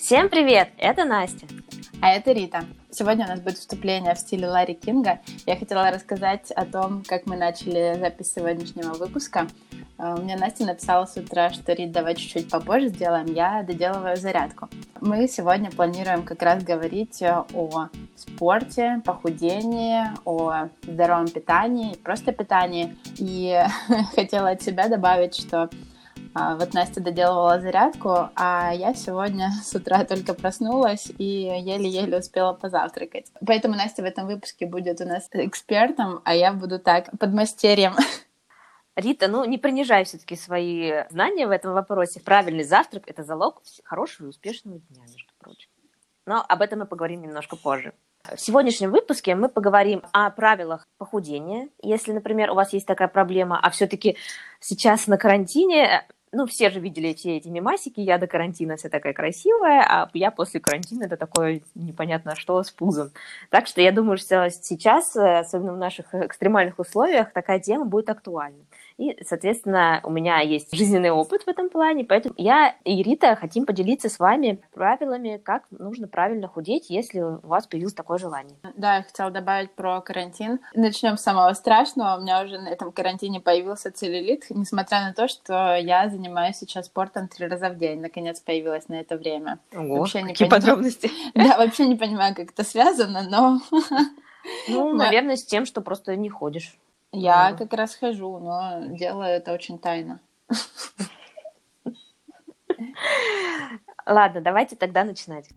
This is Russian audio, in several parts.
Всем привет! Это Настя. А это Рита. Сегодня у нас будет вступление в стиле Ларри Кинга. Я хотела рассказать о том, как мы начали запись сегодняшнего выпуска. Мне Настя написала с утра, что, Рит, давай чуть-чуть попозже сделаем, я доделываю зарядку. Мы сегодня планируем как раз говорить о спорте, похудении, о здоровом питании, просто питании. И хотела от себя добавить, что вот Настя доделывала зарядку, а я сегодня с утра только проснулась и еле-еле успела позавтракать. Поэтому Настя в этом выпуске будет у нас экспертом, а я буду так, подмастерьем. Рита, не принижай все-таки свои знания в этом вопросе. Правильный завтрак – это залог хорошего и успешного дня, между прочим. Но об этом мы поговорим немножко позже. В сегодняшнем выпуске мы поговорим о правилах похудения. Если, например, у вас есть такая проблема, а все-таки сейчас на карантине... все же видели все эти мемасики, я до карантина вся такая красивая, а я после карантина это такое непонятно что с пузом. Так что я думаю, что сейчас, особенно в наших экстремальных условиях, такая тема будет актуальна. И, соответственно, у меня есть жизненный опыт в этом плане, поэтому я и Рита хотим поделиться с вами правилами, как нужно правильно худеть, если у вас появилось такое желание. Да, я хотела добавить про карантин. Начнем с самого страшного. У меня уже на этом карантине появился целлюлит, несмотря на то, что я занимаюсь сейчас спортом 3 раза в день. Наконец появилась на это время. Ого, какие подробности. Да, вообще не понимаю, как это связано, но... Наверное, с тем, что просто не ходишь. Я как раз хожу, но делаю это очень тайно. Ладно, давайте тогда начинать.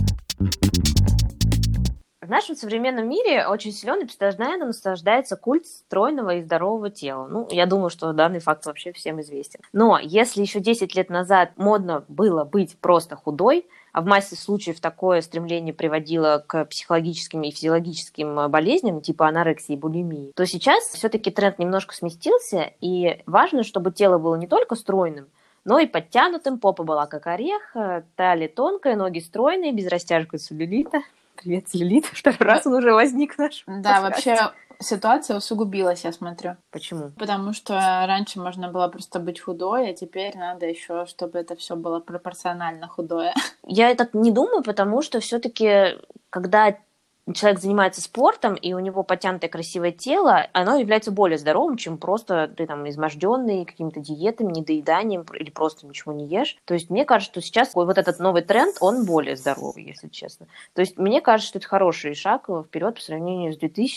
В нашем современном мире очень силен и постоянно наслаждается культ стройного и здорового тела. Я думаю, что данный факт вообще всем известен. Но если еще 10 лет назад модно было быть просто худой, а в массе случаев такое стремление приводило к психологическим и физиологическим болезням, типа анорексии и булимии, то сейчас все-таки тренд немножко сместился, и важно, чтобы тело было не только стройным, но и подтянутым, попа была как орех, талия тонкая, ноги стройные, без растяжки целлюлита. Привет, целлюлит. Второй раз он уже возник наш. Да, вообще ситуация усугубилась, я смотрю. Почему? Потому что раньше можно было просто быть худой, а теперь надо еще, чтобы это все было пропорционально худое. Я так не думаю, потому что все-таки, когда человек занимается спортом, и у него подтянутое красивое тело, оно является более здоровым, чем просто ты там изможденный какими-то диетами, недоеданием или просто ничего не ешь. То есть мне кажется, что сейчас вот этот новый тренд, он более здоровый, если честно. То есть мне кажется, что это хороший шаг вперед по сравнению с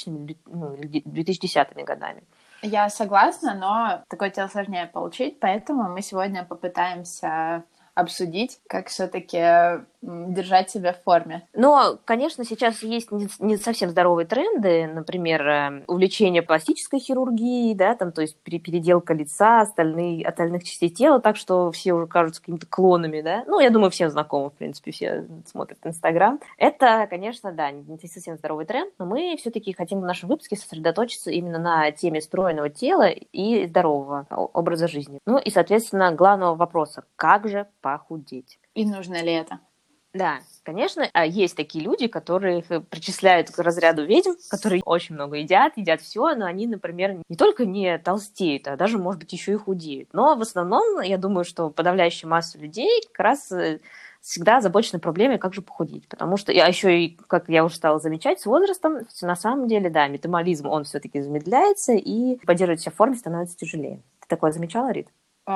2010-ми годами. Я согласна, но такое тело сложнее получить, поэтому мы сегодня попытаемся обсудить, как все-таки держать себя в форме. Но, конечно, сейчас есть не совсем здоровые тренды, например, увлечение пластической хирургией, да, то есть переделка лица, остальных частей тела, так что все уже кажутся какими-то клонами, да. Я думаю, всем знакомы, в принципе, все смотрят Инстаграм. Это, конечно, да, не совсем здоровый тренд, но мы все-таки хотим в нашем выпуске сосредоточиться именно на теме стройного тела и здорового образа жизни. И, соответственно, главного вопроса, как же похудеть? И нужно ли это? Да, конечно, есть такие люди, которые причисляют к разряду ведьм, которые очень много едят все, но они, например, не только не толстеют, а даже, может быть, еще и худеют. Но в основном, я думаю, что подавляющая масса людей как раз всегда озабочены проблемой, как же похудеть. Потому что, еще и, как я уже стала замечать, с возрастом, на самом деле, да, метаболизм, он все-таки замедляется, и поддерживать себя в форме становится тяжелее. Ты такое замечала, Рит?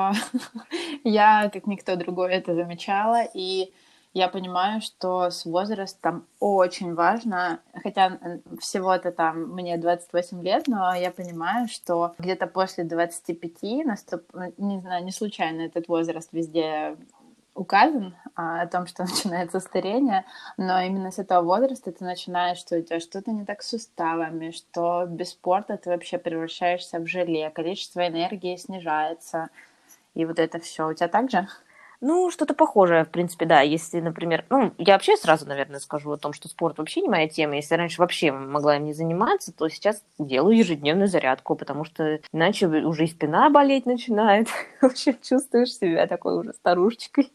Я, как никто другой, это замечала, и я понимаю, что с возрастом очень важно, хотя всего-то там мне 28 лет, но я понимаю, что где-то после 25, не знаю, не случайно этот возраст везде указан, о том, что начинается старение, но именно с этого возраста ты начинаешь, что у тебя что-то не так с суставами, что без спорта ты вообще превращаешься в желе, количество энергии снижается, и вот это все. У тебя так же? Что-то похожее, в принципе, да. Если, например... я вообще сразу, наверное, скажу о том, что спорт вообще не моя тема. Если раньше вообще могла им не заниматься, то сейчас делаю ежедневную зарядку, потому что иначе уже и спина болеть начинает. В общем, чувствуешь себя такой уже старушечкой.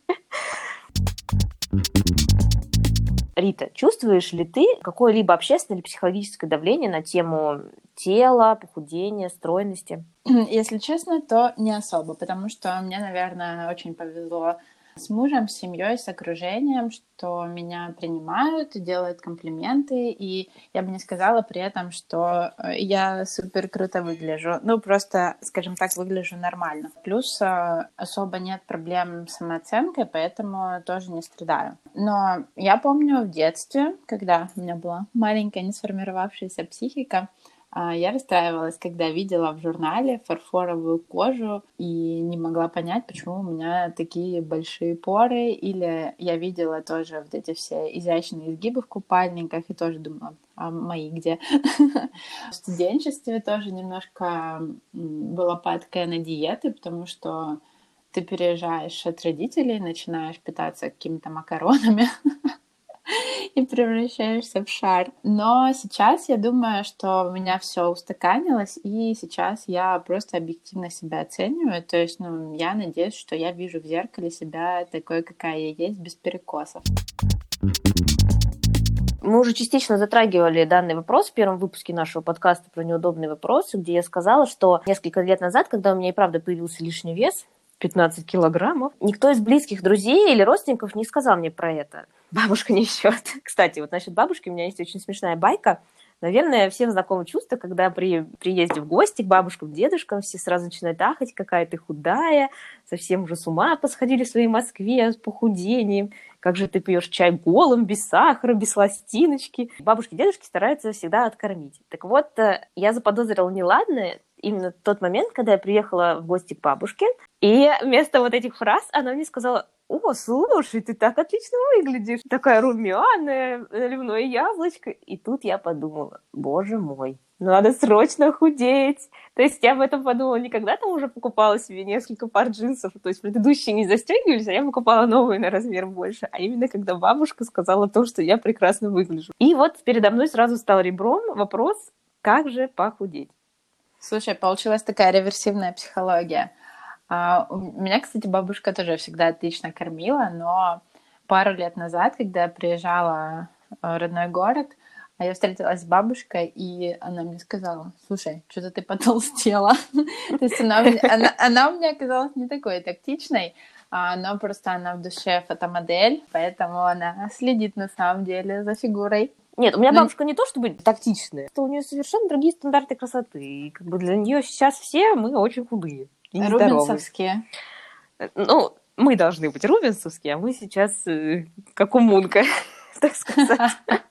Рита, чувствуешь ли ты какое-либо общественное или психологическое давление на тему тела, похудения, стройности? Если честно, то не особо, потому что мне, наверное, очень повезло с мужем, с семьей, с окружением, что меня принимают, делают комплименты, и я бы не сказала при этом, что я супер круто выгляжу. Ну, просто, скажем так, выгляжу нормально. Плюс особо нет проблем с самооценкой, поэтому тоже не страдаю. Но я помню в детстве, когда у меня была маленькая не сформировавшаяся психика, я расстраивалась, когда видела в журнале фарфоровую кожу и не могла понять, почему у меня такие большие поры. Или я видела тоже вот эти все изящные изгибы в купальниках и тоже думала, а мои где? В студенчестве тоже немножко была падкая на диеты, потому что ты переезжаешь от родителей, начинаешь питаться какими-то макаронами, и превращаешься в шар. Но сейчас я думаю, что у меня все устаканилось, и сейчас я просто объективно себя оцениваю. То есть, я надеюсь, что я вижу в зеркале себя такой, какая я есть, без перекосов. Мы уже частично затрагивали данный вопрос в первом выпуске нашего подкаста про неудобные вопросы, где я сказала, что несколько лет назад, когда у меня и правда появился лишний вес, 15 килограммов, никто из близких друзей или родственников не сказал мне про это. Бабушка не в счет. Кстати, вот насчет бабушки у меня есть очень смешная байка. Наверное, всем знакомо чувство, когда при приезде в гости к бабушкам, дедушкам все сразу начинают ахать, какая ты худая, совсем уже с ума посходили в своей Москве с похудением, как же ты пьешь чай голым, без сахара, без сластиночки. Бабушки и дедушки стараются всегда откормить. Так вот, я заподозрила неладное именно в тот момент, когда я приехала в гости к бабушке, и вместо вот этих фраз она мне сказала: «О, слушай, ты так отлично выглядишь, такая румяная, наливное яблочко». И тут я подумала: боже мой, надо срочно худеть. То есть я об этом подумала не когда там уже покупала себе несколько пар джинсов, то есть предыдущие не застегивались, а я покупала новые на размер больше, а именно когда бабушка сказала то, что я прекрасно выгляжу. И вот передо мной сразу стал ребром вопрос, как же похудеть. Слушай, получилась такая реверсивная психология. У меня, кстати, бабушка тоже всегда отлично кормила, но пару лет назад, когда я приезжала в родной город, я встретилась с бабушкой, и она мне сказала: слушай, что-то ты потолстела. То есть она у меня оказалась не такой тактичной, но просто она в душе фотомодель, поэтому она следит на самом деле за фигурой. Нет, у меня бабушка не то чтобы тактичная, что у нее совершенно другие стандарты красоты. И как бы для нее сейчас все мы очень худые. Рубинсовские. Ну, мы должны быть рубинсовские, а мы сейчас как умунка, так сказать.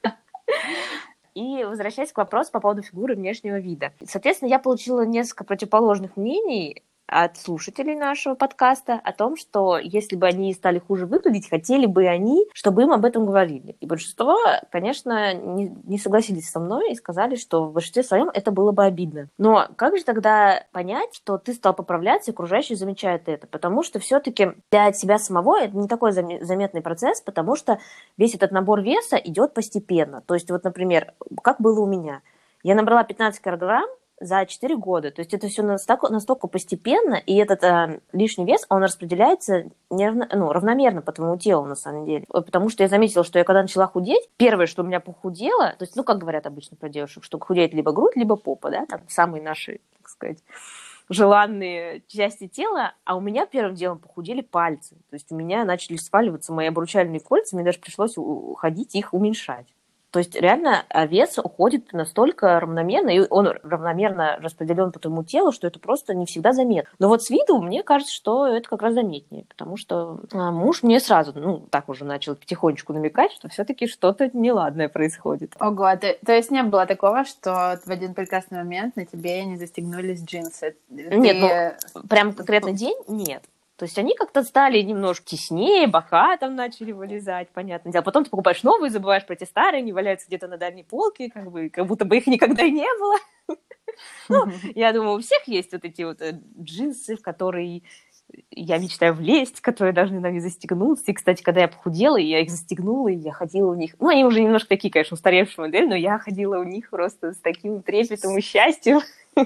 И возвращаясь к вопросу по поводу фигуры внешнего вида. Соответственно, я получила несколько противоположных мнений от слушателей нашего подкаста о том, что если бы они стали хуже выглядеть, хотели бы они, чтобы им об этом говорили. И большинство, конечно, не согласились со мной и сказали, что в большинстве своем это было бы обидно. Но как же тогда понять, что ты стал поправляться, и окружающие замечают это? Потому что все-таки для себя самого это не такой заметный процесс, потому что весь этот набор веса идет постепенно. То есть вот, например, как было у меня. Я набрала 15 килограмм за 4 года. То есть это все настолько постепенно, и этот лишний вес, он распределяется равномерно по твоему телу, на самом деле. Потому что я заметила, что я когда начала худеть, первое, что у меня похудело, то есть, как говорят обычно про девушек, что худеет либо грудь, либо попа, да, там самые наши, так сказать, желанные части тела, а у меня первым делом похудели пальцы. То есть у меня начали сваливаться мои обручальные кольца, мне даже пришлось ходить их уменьшать. То есть реально вес уходит настолько равномерно, и он равномерно распределен по твоему телу, что это просто не всегда заметно. Но вот с виду мне кажется, что это как раз заметнее, потому что муж мне сразу, так уже начал потихонечку намекать, что все-таки что-то неладное происходит. Ого, то есть не было такого, что в один прекрасный момент на тебе не застегнулись джинсы? Нет, прям конкретно день нет. То есть они как-то стали немножко теснее, бока там начали вылезать, понятно. А потом ты покупаешь новые, забываешь про эти старые, они валяются где-то на дальней полке, как будто бы их никогда и не было. Я думаю, у всех есть вот эти вот джинсы, в которые я мечтаю влезть, которые должны на мне застегнуться. И, кстати, когда я похудела, я их застегнула, и я ходила в них. Они уже немножко такие, конечно, устаревшие модели, но я ходила в них просто с таким трепетом и счастьем.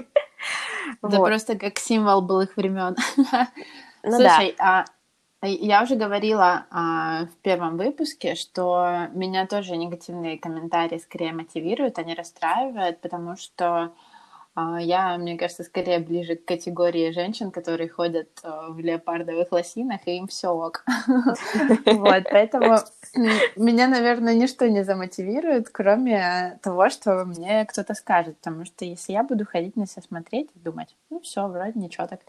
Это просто как символ былых времен. Слушай, я уже говорила в первом выпуске, что меня тоже негативные комментарии скорее мотивируют, а не расстраивают, потому что Я, мне кажется, скорее ближе к категории женщин, которые ходят в леопардовых лосинах, и им все ок. Вот, поэтому меня, наверное, ничто не замотивирует, кроме того, что мне кто-то скажет, потому что если я буду ходить на себя смотреть и думать, ну все, вроде ничего так.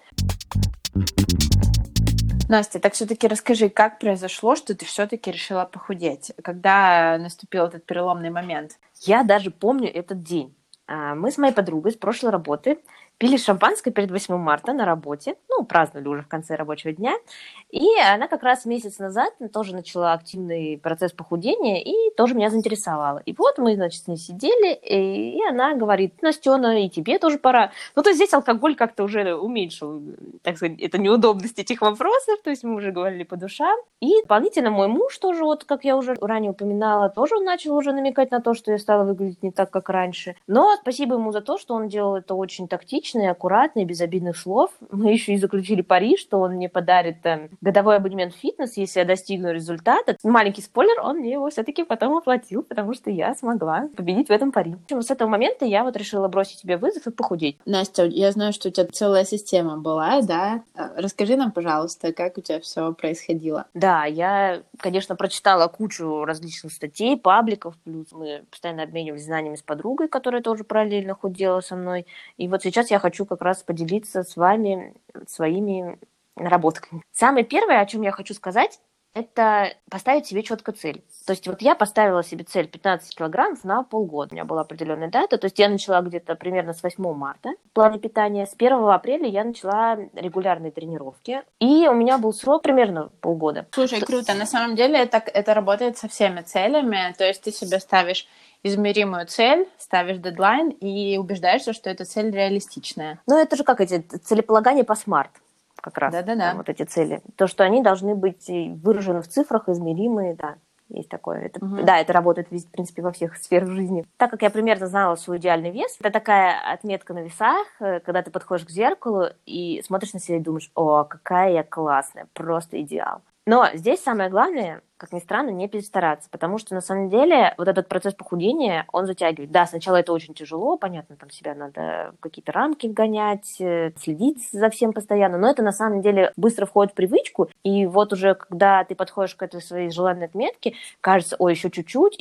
Настя, так все-таки расскажи, как произошло, что ты все-таки решила похудеть? Когда наступил этот переломный момент? Я даже помню этот день. Мы с моей подругой с прошлой работы пили шампанское перед 8 марта на работе, ну, праздновали уже в конце рабочего дня, и она как раз месяц назад тоже начала активный процесс похудения и тоже меня заинтересовала. И вот мы, значит, с ней сидели, и она говорит: Настена, и тебе тоже пора. Ну, то есть здесь алкоголь как-то уже уменьшил, так сказать, это неудобность этих вопросов, то есть мы уже говорили по душам. И дополнительно мой муж тоже, вот как я уже ранее упоминала, тоже он начал уже намекать на то, что я стала выглядеть не так, как раньше. Но спасибо ему за то, что он делал это очень тактично и аккуратно, и без обидных слов. Мы еще и заключили пари, что он мне подарит годовой абонемент в фитнес, если я достигну результата. Маленький спойлер, он мне его все-таки потом оплатил, потому что я смогла победить в этом пари. С этого момента я вот решила бросить себе вызов и похудеть. Настя, я знаю, что у тебя целая система была, да? Расскажи нам, пожалуйста, как у тебя все происходило. Да, я, конечно, прочитала кучу различных статей, пабликов, плюс мы постоянно обменивались знаниями с подругой, которая тоже параллельно худела со мной. И вот сейчас я хочу как раз поделиться с вами своими наработками. Самое первое, о чем я хочу сказать, это поставить себе четко цель. То есть вот я поставила себе цель 15 килограммов на полгода. У меня была определенная дата. То есть я начала где-то примерно с 8 марта в плане питания. С 1 апреля я начала регулярные тренировки. И у меня был срок примерно полгода. Слушай, круто. На самом деле это работает со всеми целями. То есть ты себе ставишь измеримую цель, ставишь дедлайн и убеждаешься, что эта цель реалистичная. Ну, это же как эти целеполагания по смарт. Как раз Да-да-да. Вот эти цели. То, что они должны быть выражены в цифрах, измеримые, да, есть такое. Это, да, это работает, в принципе, во всех сферах жизни. Так как я примерно знала свой идеальный вес, это такая отметка на весах, когда ты подходишь к зеркалу и смотришь на себя и думаешь: о, какая я классная, просто идеал. Но здесь самое главное, как ни странно, не перестараться, потому что, на самом деле, вот этот процесс похудения, он затягивает. Да, сначала это очень тяжело, понятно, там себя надо в какие-то рамки вгонять, следить за всем постоянно, но это, на самом деле, быстро входит в привычку, и вот уже, когда ты подходишь к этой своей желанной отметке, кажется: ой, еще чуть-чуть,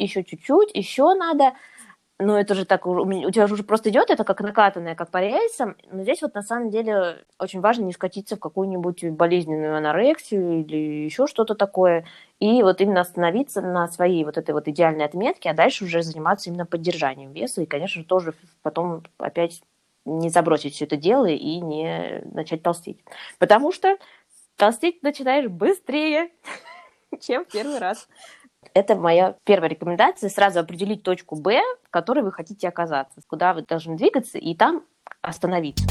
еще надо. Но это же так, у тебя же уже просто идет это как накатанное, как по рельсам. Но здесь вот на самом деле очень важно не скатиться в какую-нибудь болезненную анорексию или еще что-то такое. И вот именно остановиться на своей вот этой вот идеальной отметке, а дальше уже заниматься именно поддержанием веса. И, конечно же, тоже потом опять не забросить все это дело и не начать толстеть. Потому что толстеть начинаешь быстрее, чем в первый раз. Это моя первая рекомендация: сразу определить точку Б, в которой вы хотите оказаться, куда вы должны двигаться, и там остановиться.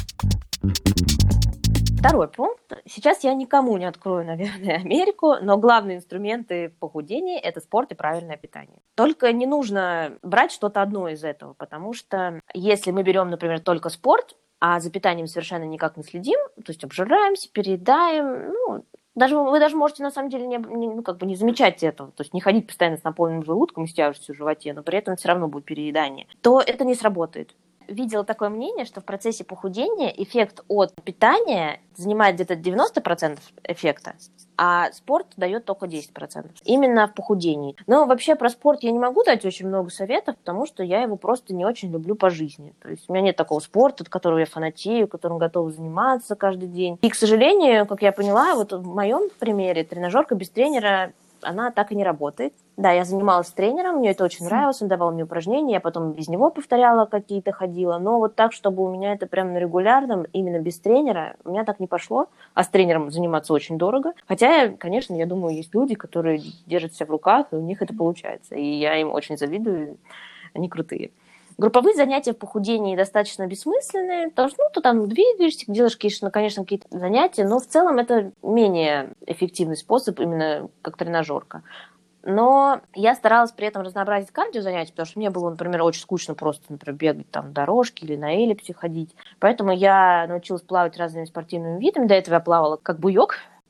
Второй пункт. Сейчас я никому не открою, наверное, Америку, но главные инструменты похудения – это спорт и правильное питание. Только не нужно брать что-то одно из этого, потому что если мы берем, например, только спорт, а за питанием совершенно никак не следим, то есть обжираемся, переедаем, вы даже можете, на самом деле, не замечать этого, то есть не ходить постоянно с наполненным желудком и с тяжестью в животе, но при этом все равно будет переедание, то это не сработает. Видела такое мнение, что в процессе похудения эффект от питания занимает где-то 90% эффекта, а спорт дает только 10%. Именно в похудении. Но вообще про спорт я не могу дать очень много советов, потому что я его просто не очень люблю по жизни. То есть у меня нет такого спорта, от которого я фанатею, которым готова заниматься каждый день. И, к сожалению, как я поняла, вот в моем примере тренажерка без тренера, она так и не работает. Да, я занималась с тренером, мне это очень нравилось, он давал мне упражнения, я потом без него повторяла какие-то, ходила, но вот так, чтобы у меня это прям на регулярном, именно без тренера, у меня так не пошло, а с тренером заниматься очень дорого. Хотя, конечно, я думаю, есть люди, которые держат себя в руках, и у них это получается, и я им очень завидую, они крутые. Групповые занятия в похудении достаточно бессмысленные, потому что ты там двигаешься, делаешь, конечно, какие-то занятия, но в целом это менее эффективный способ именно как тренажерка. Но я старалась при этом разнообразить кардиозанятия, потому что мне было, например, очень скучно просто, например, бегать там дорожки или на эллипсе ходить. Поэтому я научилась плавать разными спортивными видами. До этого я плавала как буёк,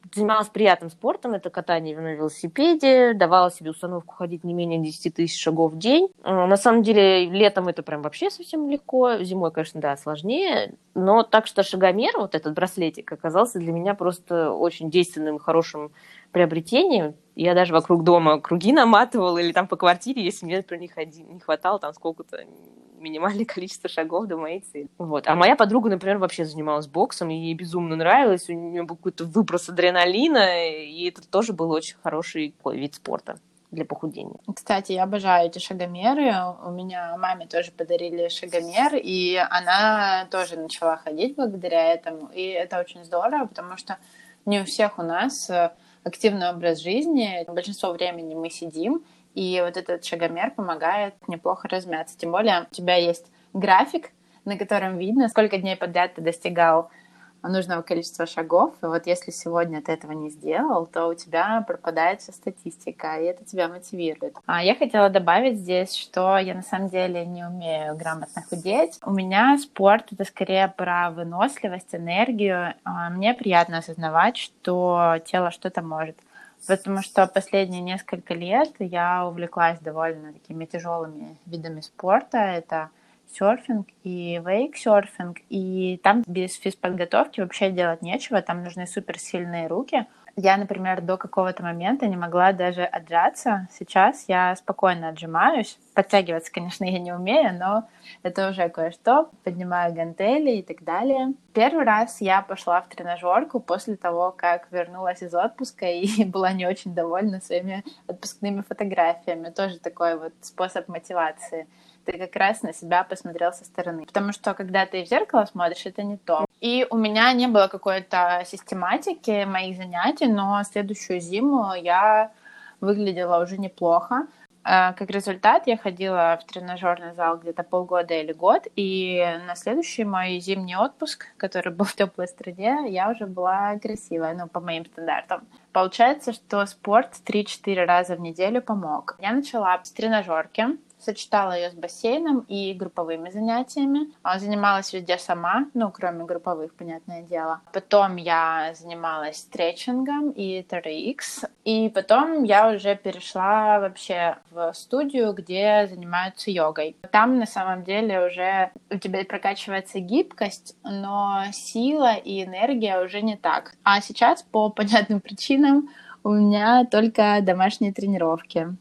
занималась приятным спортом, это катание на велосипеде, давала себе установку ходить не менее 10 тысяч шагов в день. На самом деле, летом это прям вообще совсем легко, зимой, конечно, да, сложнее, но так что шагомер, вот этот браслетик, оказался для меня просто очень действенным и хорошим приобретением. Я даже вокруг дома круги наматывала или там по квартире, если мне, например, не хватало там сколько-то минимальное количество шагов до моей цели. Вот. А моя подруга, например, вообще занималась боксом, и ей безумно нравилось, у нее был какой-то выброс адреналина, и это тоже был очень хороший вид спорта для похудения. Кстати, я обожаю эти шагомеры. У меня маме тоже подарили шагомер, и она тоже начала ходить благодаря этому. И это очень здорово, потому что не у всех у нас активный образ жизни. Большинство времени мы сидим, и вот этот шагомер помогает неплохо размяться. Тем более у тебя есть график, на котором видно, сколько дней подряд ты достигал нужного количества шагов. И вот если сегодня ты этого не сделал, то у тебя пропадает вся статистика, и это тебя мотивирует. А я хотела добавить здесь, что я на самом деле не умею грамотно худеть. У меня спорт — это скорее про выносливость, энергию. Мне приятно осознавать, что тело что-то может. Потому что последние несколько лет я увлеклась довольно такими тяжелыми видами спорта. Это серфинг и вейксерфинг, и там без физподготовки вообще делать нечего, там нужны суперсильные руки. Я, например, до какого-то момента не могла даже отжаться. Сейчас я спокойно отжимаюсь. Подтягиваться, конечно, я не умею, но это уже кое-что. Поднимаю гантели и так далее. Первый раз я пошла в тренажерку после того, как вернулась из отпуска и была не очень довольна своими отпускными фотографиями. Тоже такой вот способ мотивации. Ты как раз на себя посмотрел со стороны. Потому что, когда ты в зеркало смотришь, это не то. И у меня не было какой-то систематики моих занятий, но следующую зиму я выглядела уже неплохо. Как результат, я ходила в тренажерный зал где-то полгода или год, и на следующий мой зимний отпуск, который был в теплой стране, я уже была красивая, по моим стандартам. Получается, что спорт 3-4 раза в неделю помог. Я начала с тренажерки, сочетала ее с бассейном и групповыми занятиями. Занималась везде сама, кроме групповых, понятное дело. Потом я занималась стретчингом и TRX. И потом я уже перешла вообще в студию, где занимаются йогой. Там на самом деле уже у тебя прокачивается гибкость, но сила и энергия уже не так. А сейчас по понятным причинам у меня только домашние тренировки.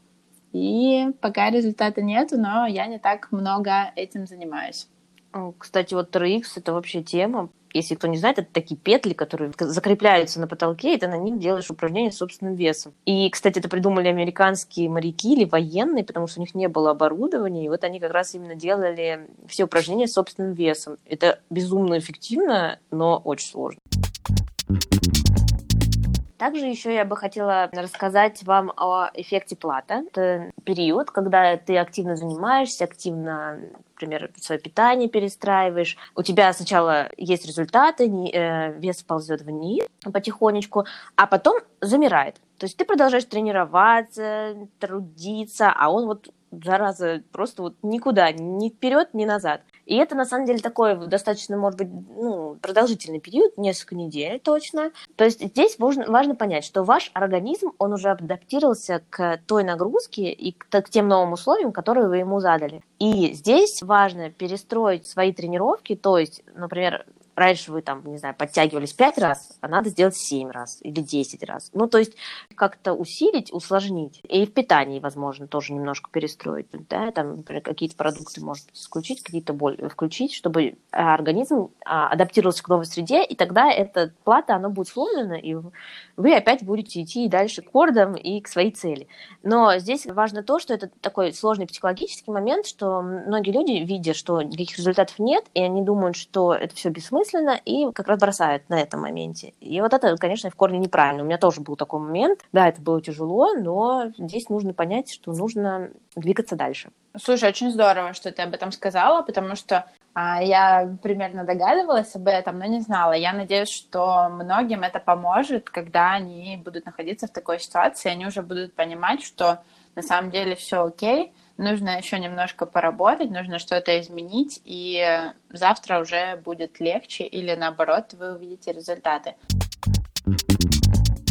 И пока результата нету, но я не так много этим занимаюсь. Кстати, вот TRX — это вообще тема. Если кто не знает, это такие петли, которые закрепляются на потолке, и ты на них делаешь упражнения с собственным весом. И, кстати, это придумали американские моряки или военные, потому что у них не было оборудования, и вот они как раз именно делали все упражнения с собственным весом. Это безумно эффективно, но очень сложно. Также еще я бы хотела рассказать вам о эффекте Плата. Это период, когда ты активно занимаешься, активно, например, свое питание перестраиваешь. У тебя сначала есть результаты, вес ползет вниз потихонечку, а потом замирает. То есть ты продолжаешь тренироваться, трудиться, а он вот, зараза, просто вот никуда, ни вперед, ни назад. И это, на самом деле, такой достаточно, может быть, продолжительный период, несколько недель точно. То есть здесь важно понять, что ваш организм, он уже адаптировался к той нагрузке и к тем новым условиям, которые вы ему задали. И здесь важно перестроить свои тренировки, то есть, например, раньше вы подтягивались 5 раз, а надо сделать 7 раз или 10 раз. То есть как-то усилить, усложнить. И в питании, возможно, тоже немножко перестроить. Да? Например, какие-то продукты, может быть, исключить, какие-то включить, чтобы организм адаптировался к новой среде, и тогда эта плата, она будет сломлена, и вы опять будете идти дальше к рекордам и к своей цели. Но здесь важно то, что это такой сложный психологический момент, что многие люди, видя, что никаких результатов нет, и они думают, что это все бессмысленно, и как раз бросают на этом моменте. И вот это, конечно, в корне неправильно. У меня тоже был такой момент. Да, это было тяжело, но здесь нужно понять, что нужно двигаться дальше. Слушай, очень здорово, что ты об этом сказала, потому что я примерно догадывалась об этом, но не знала. Я надеюсь, что многим это поможет, когда они будут находиться в такой ситуации, они уже будут понимать, что на самом деле все окей, нужно еще немножко поработать, нужно что-то изменить, и завтра уже будет легче, или наоборот, вы увидите результаты.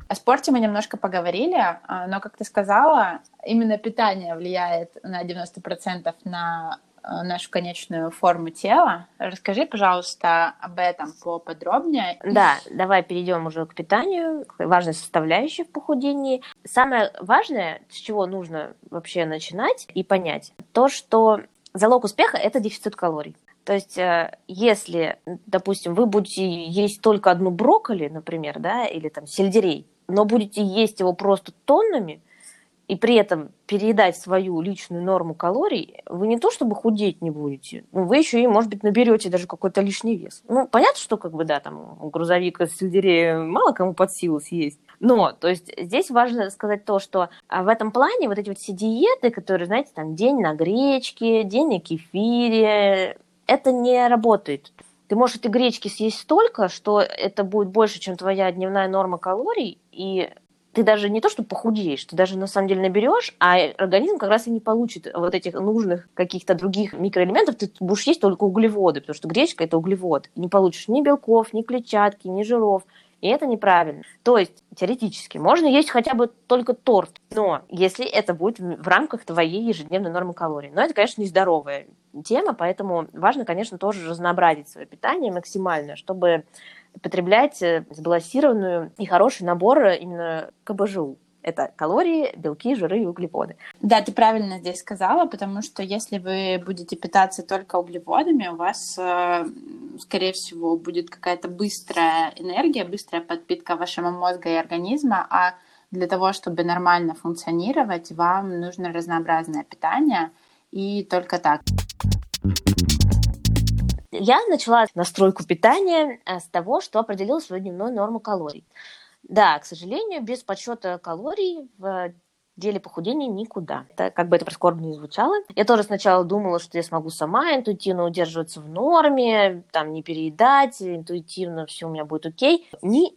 О спорте мы немножко поговорили, но, как ты сказала, именно питание влияет на 90% на нашу конечную форму тела. Расскажи, пожалуйста, об этом поподробнее. Да, давай перейдем уже к питанию, к важной составляющей в похудении. Самое важное, с чего нужно вообще начинать и понять, то, что залог успеха – это дефицит калорий. То есть, если, допустим, вы будете есть только одну брокколи, например, да, или там сельдерей, но будете есть его просто тоннами, и при этом переедать свою личную норму калорий, вы не то чтобы худеть не будете, вы еще и, может быть, наберете даже какой-то лишний вес. Ну, понятно, что как бы, да, там грузовик из сельдерея мало кому под силу съесть. Но, то есть, здесь важно сказать то, что в этом плане вот эти вот все диеты, которые, знаете, там, день на гречке, день на кефире, это не работает. Ты можешь этой гречки съесть столько, что это будет больше, чем твоя дневная норма калорий, и ты даже не то, что похудеешь, ты даже на самом деле наберешь, а организм как раз и не получит вот этих нужных каких-то других микроэлементов, ты будешь есть только углеводы, потому что гречка – это углевод. Не получишь ни белков, ни клетчатки, ни жиров, и это неправильно. То есть, теоретически, можно есть хотя бы только торт, но если это будет в рамках твоей ежедневной нормы калорий. Но это, конечно, нездоровая тема, поэтому важно, конечно, тоже разнообразить свое питание максимально, чтобы потреблять сбалансированную и хороший набор именно КБЖУ. Это калории, белки, жиры и углеводы. Да, ты правильно здесь сказала, потому что если вы будете питаться только углеводами, у вас, скорее всего, будет какая-то быстрая энергия, быстрая подпитка вашего мозга и организма, а для того, чтобы нормально функционировать, вам нужно разнообразное питание, и только так. Я начала настройку питания с того, что определила свою дневную норму калорий. Да, к сожалению, без подсчета калорий в деле похудения никуда. Это, как бы это прискорбно не звучало. Я тоже сначала думала, что я смогу сама интуитивно удерживаться в норме, там не переедать, интуитивно все у меня будет окей.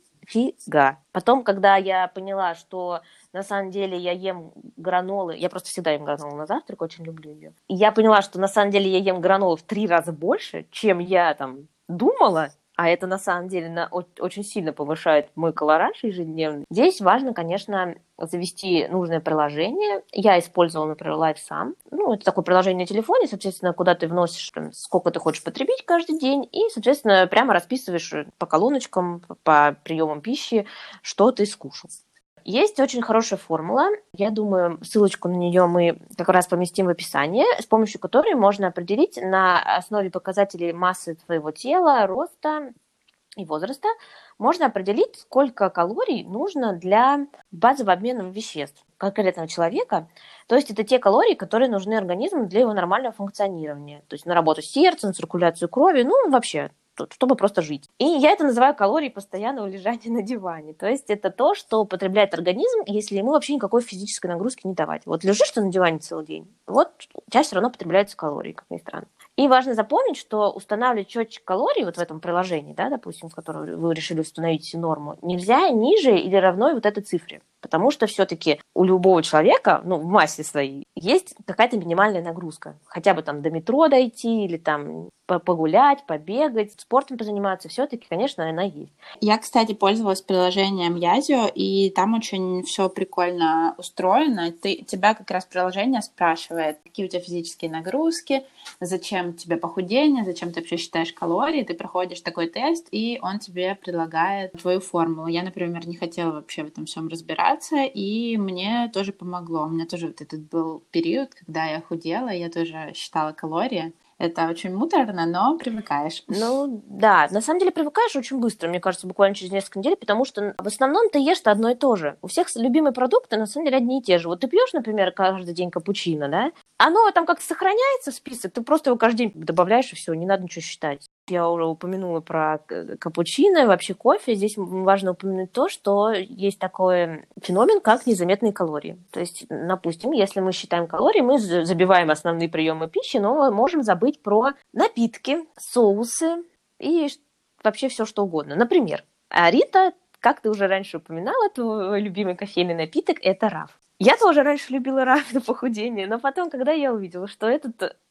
Нифига. Потом, когда я поняла, что на самом деле я ем гранолы, я просто всегда ем гранолы на завтрак, очень люблю ее. И я поняла, что на самом деле я ем гранолы в 3 раза больше, чем я там думала, а это на самом деле очень сильно повышает мой колоранж ежедневный. Здесь важно, конечно, завести нужное приложение. Я использовала, например, LifeSum. Ну, это такое приложение на телефоне, соответственно, куда ты вносишь, там, сколько ты хочешь потребить каждый день, и, соответственно, прямо расписываешь по колоночкам, по приемам пищи, что ты скушал. Есть очень хорошая формула, я думаю, ссылочку на нее мы как раз поместим в описании, с помощью которой можно определить на основе показателей массы твоего тела, роста и возраста, можно определить, сколько калорий нужно для базового обмена веществ конкретного человека. То есть это те калории, которые нужны организму для его нормального функционирования, то есть на работу сердца, на циркуляцию крови, ну вообще, чтобы просто жить. И я это называю калории постоянного лежания на диване. То есть это то, что потребляет организм, если ему вообще никакой физической нагрузки не давать. Вот лежишь ты на диване целый день, вот у тебя все равно потребляются калории, как ни странно. И важно запомнить, что устанавливать счетчик калорий вот в этом приложении, да, допустим, в котором вы решили установить норму, нельзя ниже или равной вот этой цифре. Потому что все-таки у любого человека, ну, в массе своей, есть какая-то минимальная нагрузка. Хотя бы там до метро дойти или там погулять, побегать, спортом позаниматься, все-таки, конечно, она есть. Я, кстати, пользовалась приложением Язио, и там очень все прикольно устроено. Тебя как раз приложение спрашивает, какие у тебя физические нагрузки, зачем тебе похудение, зачем ты вообще считаешь калории, ты проходишь такой тест, и он тебе предлагает твою формулу. Я, например, не хотела вообще в этом всем разбираться, и мне тоже помогло. У меня тоже вот этот был период, когда я худела, я тоже считала калории. Это очень муторно, но привыкаешь. Ну, да, на самом деле привыкаешь очень быстро, мне кажется, буквально через несколько недель, потому что в основном ты ешь одно и то же. У всех любимые продукты, на самом деле, одни и те же. Вот ты пьешь, например, каждый день капучино, да? Оно там как-то сохраняется в список, ты просто его каждый день добавляешь, и все, не надо ничего считать. Я уже упомянула про капучино, вообще кофе. Здесь важно упомянуть то, что есть такой феномен, как незаметные калории. То есть, допустим, если мы считаем калории, мы забиваем основные приемы пищи, но мы можем забыть про напитки, соусы и вообще все что угодно. Например, Рита, как ты уже раньше упоминала, твой любимый кофейный напиток – это раф. Я тоже раньше любила раф на похудение, но потом, когда я увидела, что этот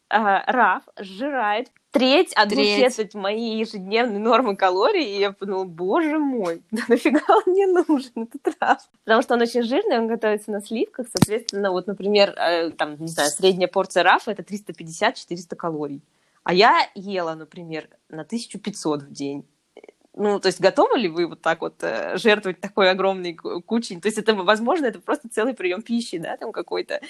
Раф сжирает одну четверть моей ежедневной нормы калорий, и я подумала, боже мой, да нафига он мне нужен, этот Раф? Потому что он очень жирный, он готовится на сливках, соответственно, вот, например, там, не знаю, средняя порция Рафа — это 350-400 калорий. А я ела, например, на 1500 в день. Ну, то есть готовы ли вы вот так вот жертвовать такой огромной кучей? То есть это, возможно, это просто целый прием пищи, да, там какой-то,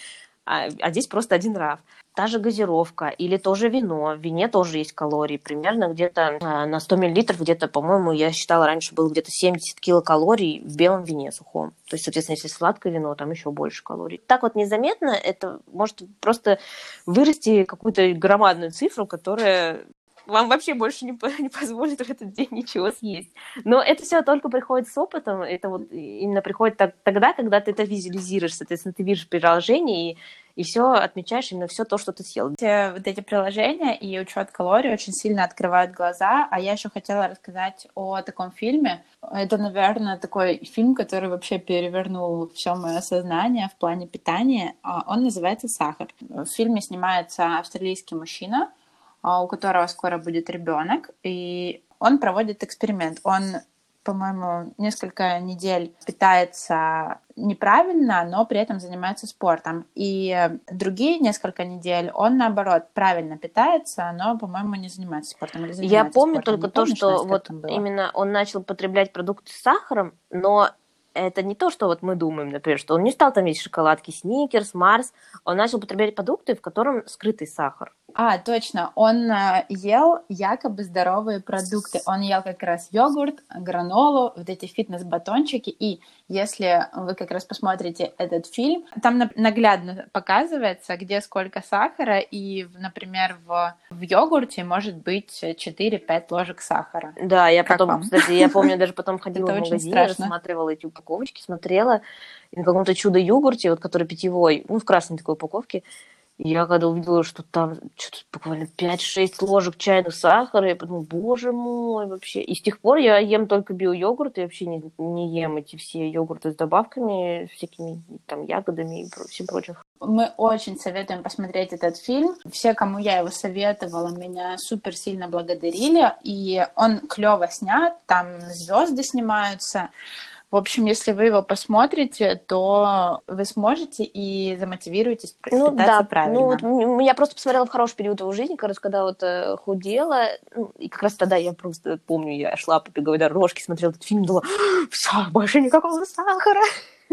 а здесь просто один Раф. Та же газировка или тоже вино. В вине тоже есть калории. Примерно где-то на 100 миллилитров, где-то, по-моему, я считала, раньше было где-то 70 килокалорий в белом вине сухом. То есть, соответственно, если сладкое вино, там еще больше калорий. Так вот незаметно это может просто вырасти какую-то громадную цифру, которая вам вообще больше не позволит в этот день ничего съесть. Но это все только приходит с опытом. Это вот именно приходит тогда, когда ты это визуализируешь. Соответственно, ты видишь приложение и все отмечаешь именно все то, что ты съел. Вот эти приложения и учет калорий очень сильно открывают глаза. А я еще хотела рассказать о таком фильме. Это, наверное, такой фильм, который вообще перевернул все мое сознание в плане питания. Он называется «Сахар». В фильме снимается австралийский мужчина, у которого скоро будет ребенок, и он проводит эксперимент. Он, по-моему, несколько недель питается неправильно, но при этом занимается спортом. И другие несколько недель он, наоборот, правильно питается, но, по-моему, не занимается спортом. Или занимается Я помню спортом. только Не то, помнишь, что Настя, вот как там было? именно он начал потреблять продукты с сахаром, но это не то, что вот мы думаем, например, что он не стал там есть шоколадки Сникерс, Марс, он начал потреблять продукты, в котором скрытый сахар. Точно, он ел якобы здоровые продукты. Он ел как раз йогурт, гранолу, вот эти фитнес-батончики. И если вы как раз посмотрите этот фильм, там наглядно показывается, где сколько сахара. И, например, в йогурте может быть 4-5 ложек сахара. Да, я Как потом, вам? кстати, я помню, даже потом ходила Это в очень магазин, страшно. рассматривала эти упаковочки, смотрела, и на каком-то чудо-йогурте, вот который питьевой, ну, в красной такой упаковке, я когда увидела, что там что-то буквально 5-6 ложек чайных сахара, я подумала, боже мой, вообще. И с тех пор я ем только био-йогурт, и вообще не ем эти все йогурты с добавками, всякими там ягодами и всем прочим. Мы очень советуем посмотреть этот фильм. Все, кому я его советовала, меня супер сильно благодарили. И он клево снят, там звезды снимаются. В общем, если вы его посмотрите, то вы сможете и замотивируетесь питаться правильно. Я просто посмотрела в хороший период его жизни, как раз когда вот худела, и как раз тогда я просто помню, я шла по беговой дорожке, смотрела этот фильм, думала, все, больше никакого сахара.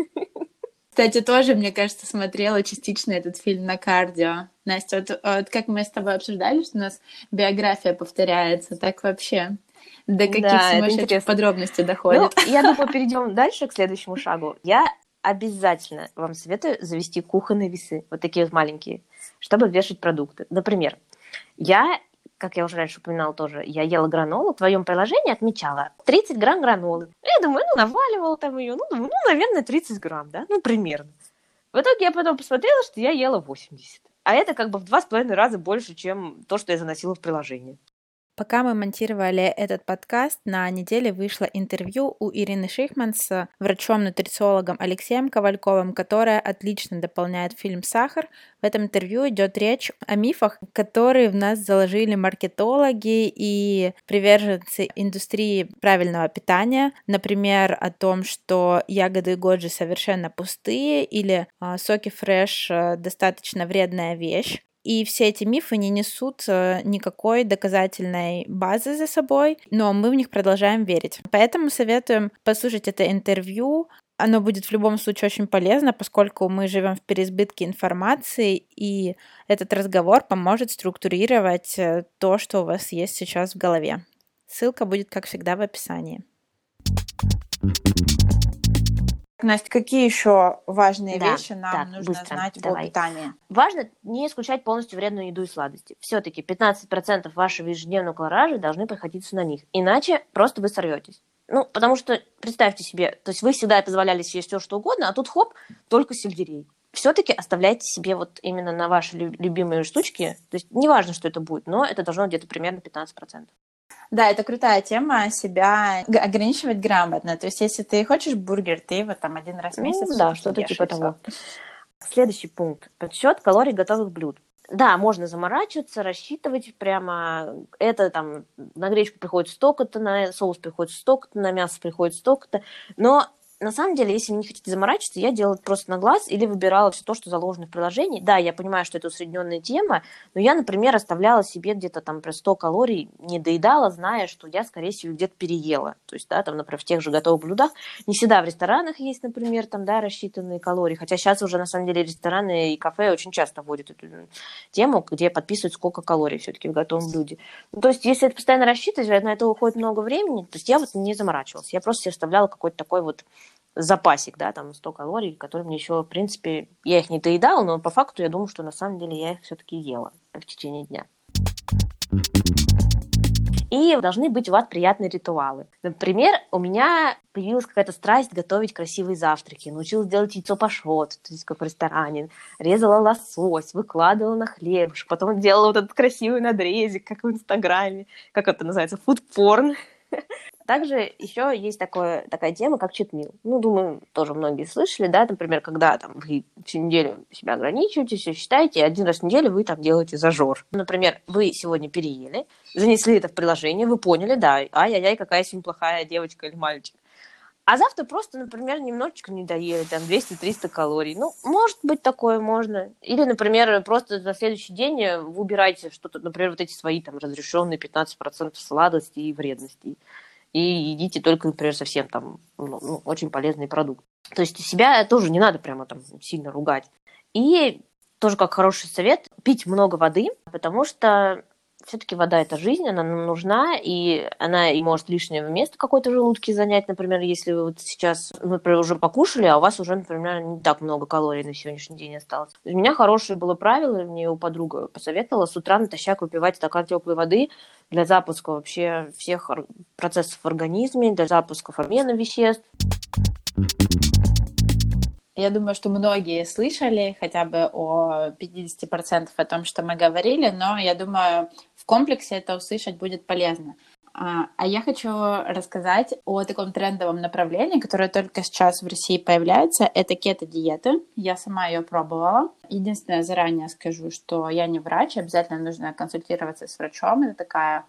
Кстати, тоже, мне кажется, смотрела частично этот фильм на кардио. Настя, вот как мы с тобой обсуждали, что у нас биография повторяется, так вообще до каких сумасшедших подробностей доходит. Ну, я думаю, перейдем дальше к следующему шагу. Я обязательно вам советую завести кухонные весы, вот такие вот маленькие, чтобы вешать продукты. Например, как я уже раньше упоминала тоже, я ела гранолу, в твоем приложении отмечала 30 грамм гранолы. Я думаю, наваливала там ее, наверное, 30 грамм, да, примерно. В итоге я потом посмотрела, что я ела 80. А это как бы в 2,5 раза больше, чем то, что я заносила в приложение. Пока мы монтировали этот подкаст, на неделе вышло интервью у Ирины Шихман с врачом-нутрициологом Алексеем Ковальковым, которая отлично дополняет фильм «Сахар». В этом интервью идет речь о мифах, которые в нас заложили маркетологи и приверженцы индустрии правильного питания. Например, о том, что ягоды годжи совершенно пустые или соки фреш достаточно вредная вещь. И все эти мифы не несут никакой доказательной базы за собой, но мы в них продолжаем верить. Поэтому советуем послушать это интервью. Оно будет в любом случае очень полезно, поскольку мы живем в переизбытке информации, и этот разговор поможет структурировать то, что у вас есть сейчас в голове. Ссылка будет, как всегда, в описании. Настя, какие еще важные вещи нам нужно знать о питании? Важно не исключать полностью вредную еду и сладости. Все-таки 15% вашего ежедневного колоража должны приходиться на них. Иначе просто вы сорветесь. Потому что, представьте себе, то есть вы всегда позволяли себе все, что угодно, а тут хоп, только сельдерей. Все-таки оставляйте себе вот именно на ваши любимые штучки. То есть неважно, что это будет, но это должно где-то примерно 15%. Да, это крутая тема, себя ограничивать грамотно. То есть, если ты хочешь бургер, ты его там один раз в месяц что-то типа того. Следующий пункт. Подсчет калорий готовых блюд. Да, можно заморачиваться, рассчитывать прямо. Это там на гречку приходит столько-то, на соус приходит столько-то, на мясо приходит столько-то. Но на самом деле, если вы не хотите заморачиваться, я делала это просто на глаз или выбирала все то, что заложено в приложении. Да, я понимаю, что это усредненная тема, но я, например, оставляла себе где-то там про 100 калорий, не доедала, зная, что я, скорее всего, где-то переела. То есть, да, там, например, в тех же готовых блюдах. Не всегда в ресторанах есть, например, там, да, рассчитанные калории. Хотя сейчас уже, на самом деле, рестораны и кафе очень часто вводят эту тему, где подписывают, сколько калорий все-таки в готовом блюде. Ну, то есть, если это постоянно рассчитывать, на это уходит много времени, то есть я вот не заморачивалась. Я просто себе оставляла какой-то такой вот запасик, да, там 100 калорий, которые мне еще, в принципе, я их не доедала, но по факту я думаю, что на самом деле я их все-таки ела в течение дня. И должны быть у вас приятные ритуалы. Например, у меня появилась какая-то страсть готовить красивые завтраки. Научилась делать яйцо пашот, то есть как в ресторане. Резала лосось, выкладывала на хлебушек. Потом делала вот этот красивый надрезик, как в Инстаграме. Как это называется? Фудпорн. Также еще есть такая тема, как читмил. Ну, думаю, тоже многие слышали, да, например, когда там вы всю неделю себя ограничиваете, все считаете, и один раз в неделю вы там делаете зажор. Например, вы сегодня переели, занесли это в приложение, вы поняли, да, ай-яй-яй, какая сегодня плохая девочка или мальчик. А завтра просто, например, немножечко не доели, там 200-300 калорий. Ну, может быть, такое можно. Или, например, просто на следующий день вы убираете что-то, например, вот эти свои там разрешенные 15% сладостей и вредностей. И едите только, например, совсем там очень полезный продукт. То есть себя тоже не надо прямо там сильно ругать. И тоже как хороший совет, пить много воды, потому что все-таки вода – это жизнь, она нам нужна, и она и может лишнее место какое-то в желудке занять, например, если вы вот сейчас, например, уже покушали, а у вас уже, например, не так много калорий на сегодняшний день осталось. У меня хорошее было правило, мне его подруга посоветовала, с утра натощак выпивать стакан теплой воды для запуска вообще всех процессов в организме, для запуска обмена веществ. Я думаю, что многие слышали хотя бы о 50% о том, что мы говорили, но я думаю, в комплексе это услышать будет полезно. А я хочу рассказать о таком трендовом направлении, которое только сейчас в России появляется. Это кето-диета. Я сама ее пробовала. Единственное, заранее скажу, что я не врач, обязательно нужно консультироваться с врачом. Это такая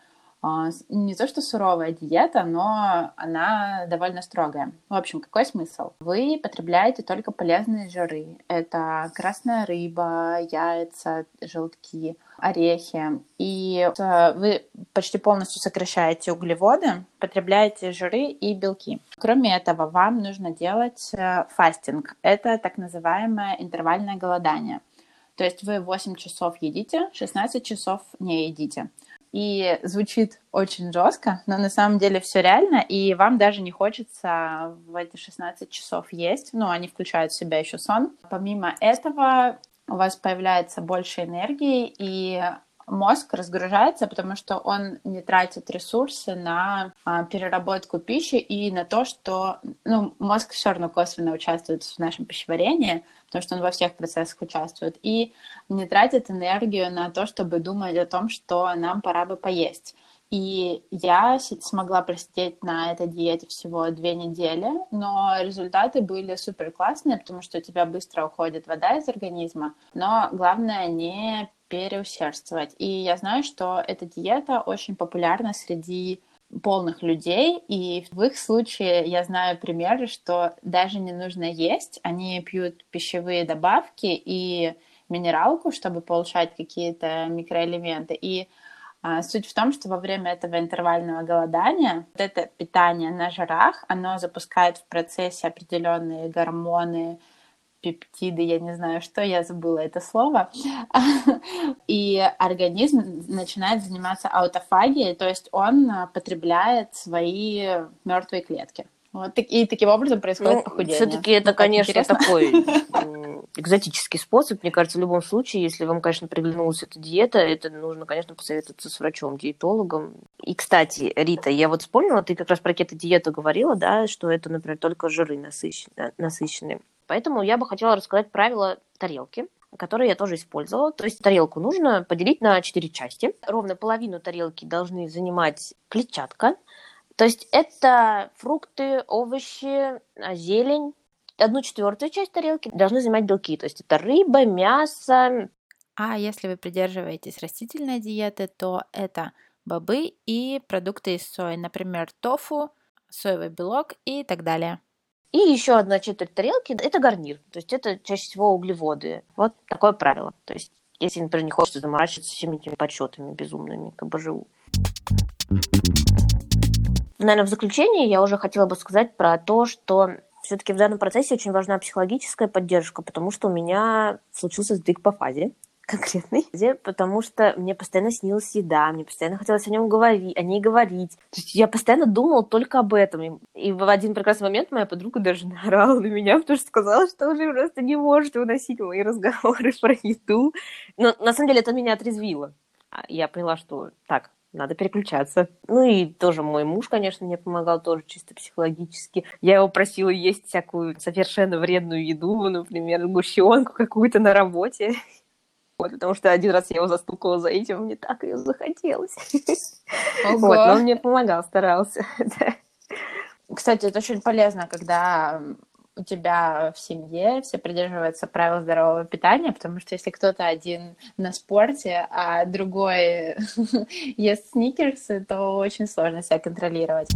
не то что суровая диета, но она довольно строгая. В общем, какой смысл? Вы потребляете только полезные жиры. Это красная рыба, яйца, желтки, орехи. И вы почти полностью сокращаете углеводы, потребляете жиры и белки. Кроме этого, вам нужно делать фастинг. Это так называемое интервальное голодание. То есть вы 8 часов едите, 16 часов не едите. И звучит очень жестко, но на самом деле все реально, и вам даже не хочется в эти 16 часов есть. Ну, они включают в себя еще сон. Помимо этого, у вас появляется больше энергии, и мозг разгружается, потому что он не тратит ресурсы на переработку пищи и на то, что мозг все равно косвенно участвует в нашем пищеварении, потому что он во всех процессах участвует, и не тратит энергию на то, чтобы думать о том, что нам пора бы поесть. И я смогла просидеть на этой диете всего 2 недели, но результаты были супер классные, потому что у тебя быстро уходит вода из организма, но главное не переусердствовать. И я знаю, что эта диета очень популярна среди полных людей, и в их случае я знаю примеры, что даже не нужно есть, они пьют пищевые добавки и минералку, чтобы получать какие-то микроэлементы. И суть в том, что во время этого интервального голодания вот это питание на жирах, оно запускает в процессе определенные гормоны, пептиды, я не знаю, что, я забыла это слово, и организм начинает заниматься аутофагией, то есть он потребляет свои мертвые клетки. Вот, и таким образом происходит похудение. Все-таки это, конечно, такой экзотический способ. Мне кажется, в любом случае, если вам, конечно, приглянулась эта диета, это нужно, конечно, посоветоваться с врачом, диетологом. И, кстати, Рита, я вот вспомнила, ты как раз про кето-диету говорила, да, что это, например, только жиры насыщенные. Поэтому я бы хотела рассказать правила тарелки, которые я тоже использовала. То есть тарелку нужно поделить на 4 части. Ровно половину тарелки должны занимать клетчатка. То есть это фрукты, овощи, зелень. 1/4 часть тарелки должны занимать белки. То есть это рыба, мясо, А если вы придерживаетесь растительной диеты, то это бобы и продукты из сои, например, тофу, соевый белок и так далее. И еще 1/4 тарелки– это гарнир, то есть это чаще всего углеводы. Вот такое правило. То есть если, например, не хочется заморачиваться всеми этими подсчетами безумными, как бы живу. Наверное, в заключение я уже хотела бы сказать про то, что все-таки в данном процессе очень важна психологическая поддержка, потому что у меня случился сдвиг по фазе конкретный, потому что мне постоянно снилась еда, мне постоянно хотелось о ней говорить. То есть я постоянно думала только об этом. И в один прекрасный момент моя подруга даже наорала на меня, потому что сказала, что уже просто не может выносить мои разговоры про еду. Но на самом деле это меня отрезвило. Я поняла, что так, надо переключаться. Ну и тоже мой муж, конечно, мне помогал тоже чисто психологически. Я его просила есть всякую совершенно вредную еду, например, сгущенку какую-то на работе. Вот, потому что один раз я его застукала за этим, мне так ее захотелось. Ого. Вот, но он мне помогал, старался. Кстати, это очень полезно, когда у тебя в семье все придерживаются правил здорового питания, потому что если кто-то один на спорте, а другой ест сникерсы, то очень сложно себя контролировать.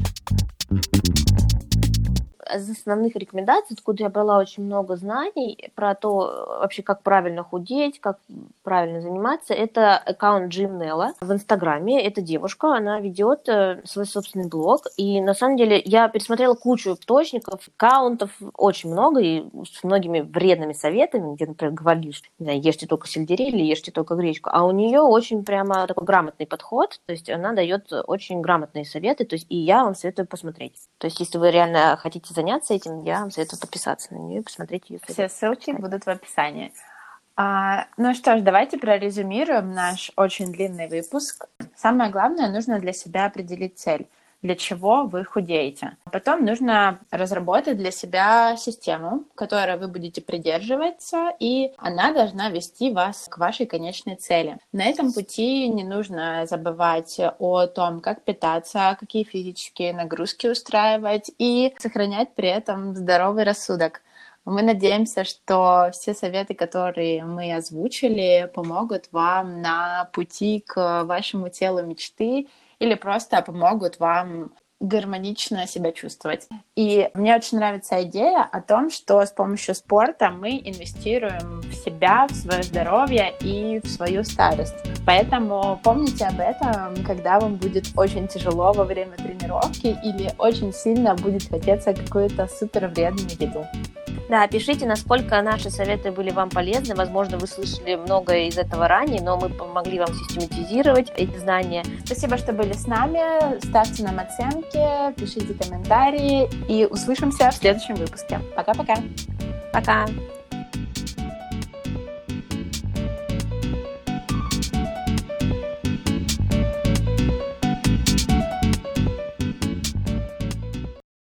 Из основных рекомендаций, откуда я брала очень много знаний про то, вообще, как правильно худеть, как правильно заниматься, это аккаунт Jim Nella в Инстаграме. Это девушка, она ведет свой собственный блог. И на самом деле я пересмотрела кучу источников, аккаунтов, очень много, и с многими вредными советами, где, например, говорили, что, не знаю, ешьте только сельдерей или ешьте только гречку. А у нее очень прямо такой грамотный подход, то есть она дает очень грамотные советы, то есть и я вам советую посмотреть. То есть если вы реально хотите заняться этим, я вам советую подписаться на нее и посмотреть ее советы. Все ссылки будут в описании. Ну что ж, давайте прорезюмируем наш очень длинный выпуск. Самое главное, нужно для себя определить цель, для чего вы худеете. Потом нужно разработать для себя систему, которой вы будете придерживаться, и она должна вести вас к вашей конечной цели. На этом пути не нужно забывать о том, как питаться, какие физические нагрузки устраивать и сохранять при этом здоровый рассудок. Мы надеемся, что все советы, которые мы озвучили, помогут вам на пути к вашему телу мечты или просто помогут вам гармонично себя чувствовать. И мне очень нравится идея о том, что с помощью спорта мы инвестируем в себя, в свое здоровье и в свою старость. Поэтому помните об этом, когда вам будет очень тяжело во время тренировки или очень сильно будет хотеться какую-то супер вредную еду. Да, пишите, насколько наши советы были вам полезны. Возможно, вы слышали многое из этого ранее, но мы помогли вам систематизировать эти знания. Спасибо, что были с нами. Ставьте нам оценки, пишите комментарии и услышимся в следующем выпуске. Пока-пока. Пока.